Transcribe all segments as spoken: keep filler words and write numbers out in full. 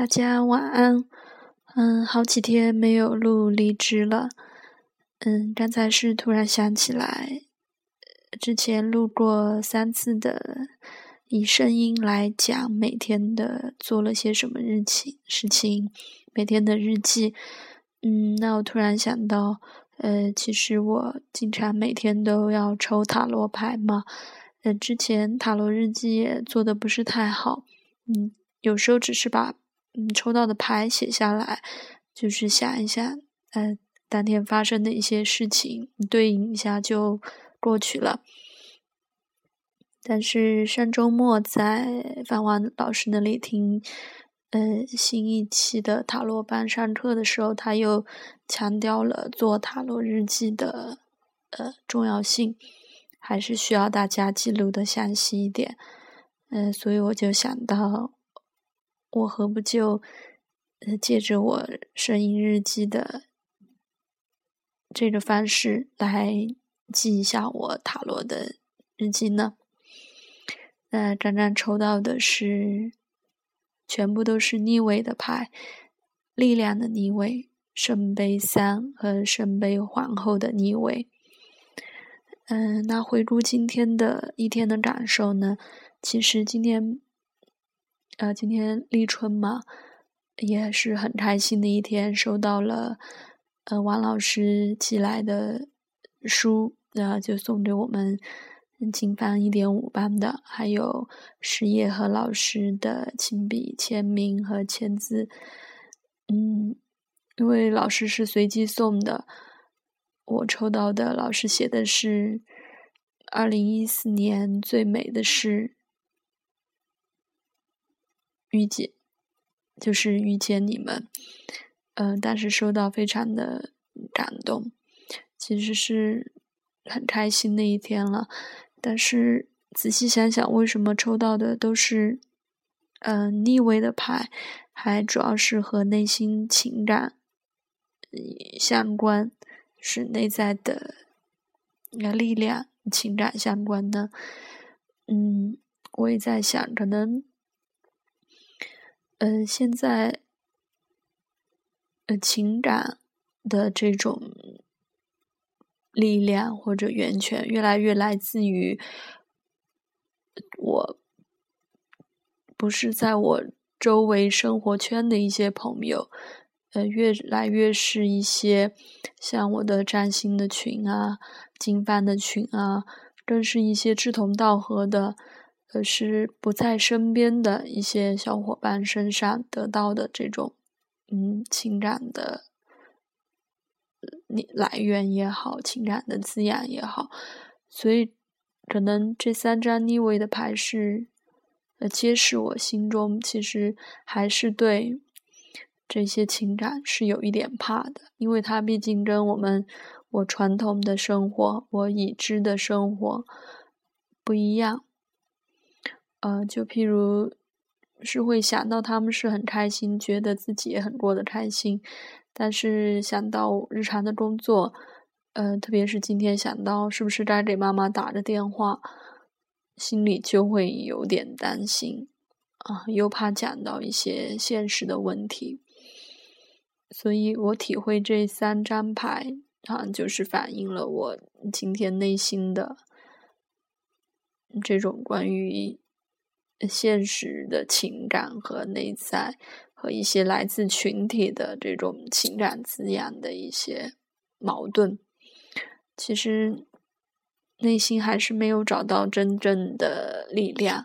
大家晚安。嗯，好几天没有录荔枝了。嗯，刚才是突然想起来，之前录过三次的，以声音来讲每天的做了些什么日期事情，每天的日记。嗯，那我突然想到，呃，其实我经常每天都要抽塔罗牌嘛。呃，之前塔罗日记也做得不是太好。嗯，有时候只是把嗯抽到的牌写下来，就是想一想，呃，当天发生的一些事情，对应一下就过去了。但是上周末在范王老师那里听呃新一期的塔罗班上课的时候，他又强调了做塔罗日记的呃重要性，还是需要大家记录的详细一点。呃，所以我就想到，我何不就呃借着我声音日记的这个方式来记一下我塔罗的日记呢？那刚刚抽到的是全部都是逆位的牌，力量的逆位，圣杯三和圣杯皇后的逆位。嗯，那回顾今天的一天的感受呢，其实今天呃今天立春嘛，也是很开心的一天，收到了呃王老师寄来的书，然后就送给我们经班 一点五 班的，还有石野和老师的亲笔签名和签字。嗯，因为老师是随机送的，我抽到的老师写的是二零一四年最美的事遇见，就是遇见你们。嗯、呃，但是收到非常的感动，其实是很开心的一天了。但是仔细想想，为什么抽到的都是嗯、呃、逆位的牌，还主要是和内心情感相关，是内在的力量情感相关的。嗯，我也在想，可能呃现在呃情感的这种力量或者源泉越来越来自于我不是在我周围生活圈的一些朋友，呃，越来越是一些像我的占星的群啊、经班的群啊，更是一些志同道合的，呃，是不在身边的一些小伙伴身上得到的这种嗯情感的来源也好，情感的滋养也好，所以可能这三张逆位的牌是呃揭示我心中其实还是对这些情感是有一点怕的，因为它毕竟跟我们我传统的生活，我已知的生活不一样。呃，就譬如是会想到他们是很开心，觉得自己也很过得开心，但是想到日常的工作，呃，特别是今天想到是不是该给妈妈打个电话，心里就会有点担心啊，又怕讲到一些现实的问题。所以我体会这三张牌啊，就是反映了我今天内心的这种关于现实的情感和内在和一些来自群体的这种情感滋养的一些矛盾，其实内心还是没有找到真正的力量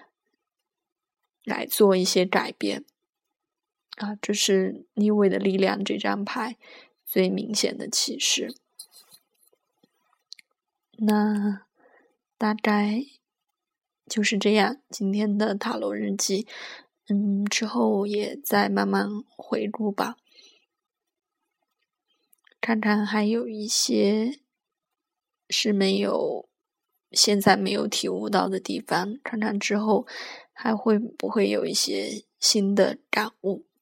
来做一些改变啊，这是逆位的力量这张牌最明显的启示。那大概就是这样，今天的塔罗日记，嗯，之后也再慢慢回顾吧，看看还有一些是没有现在没有体悟到的地方，看看之后还会不会有一些新的感悟。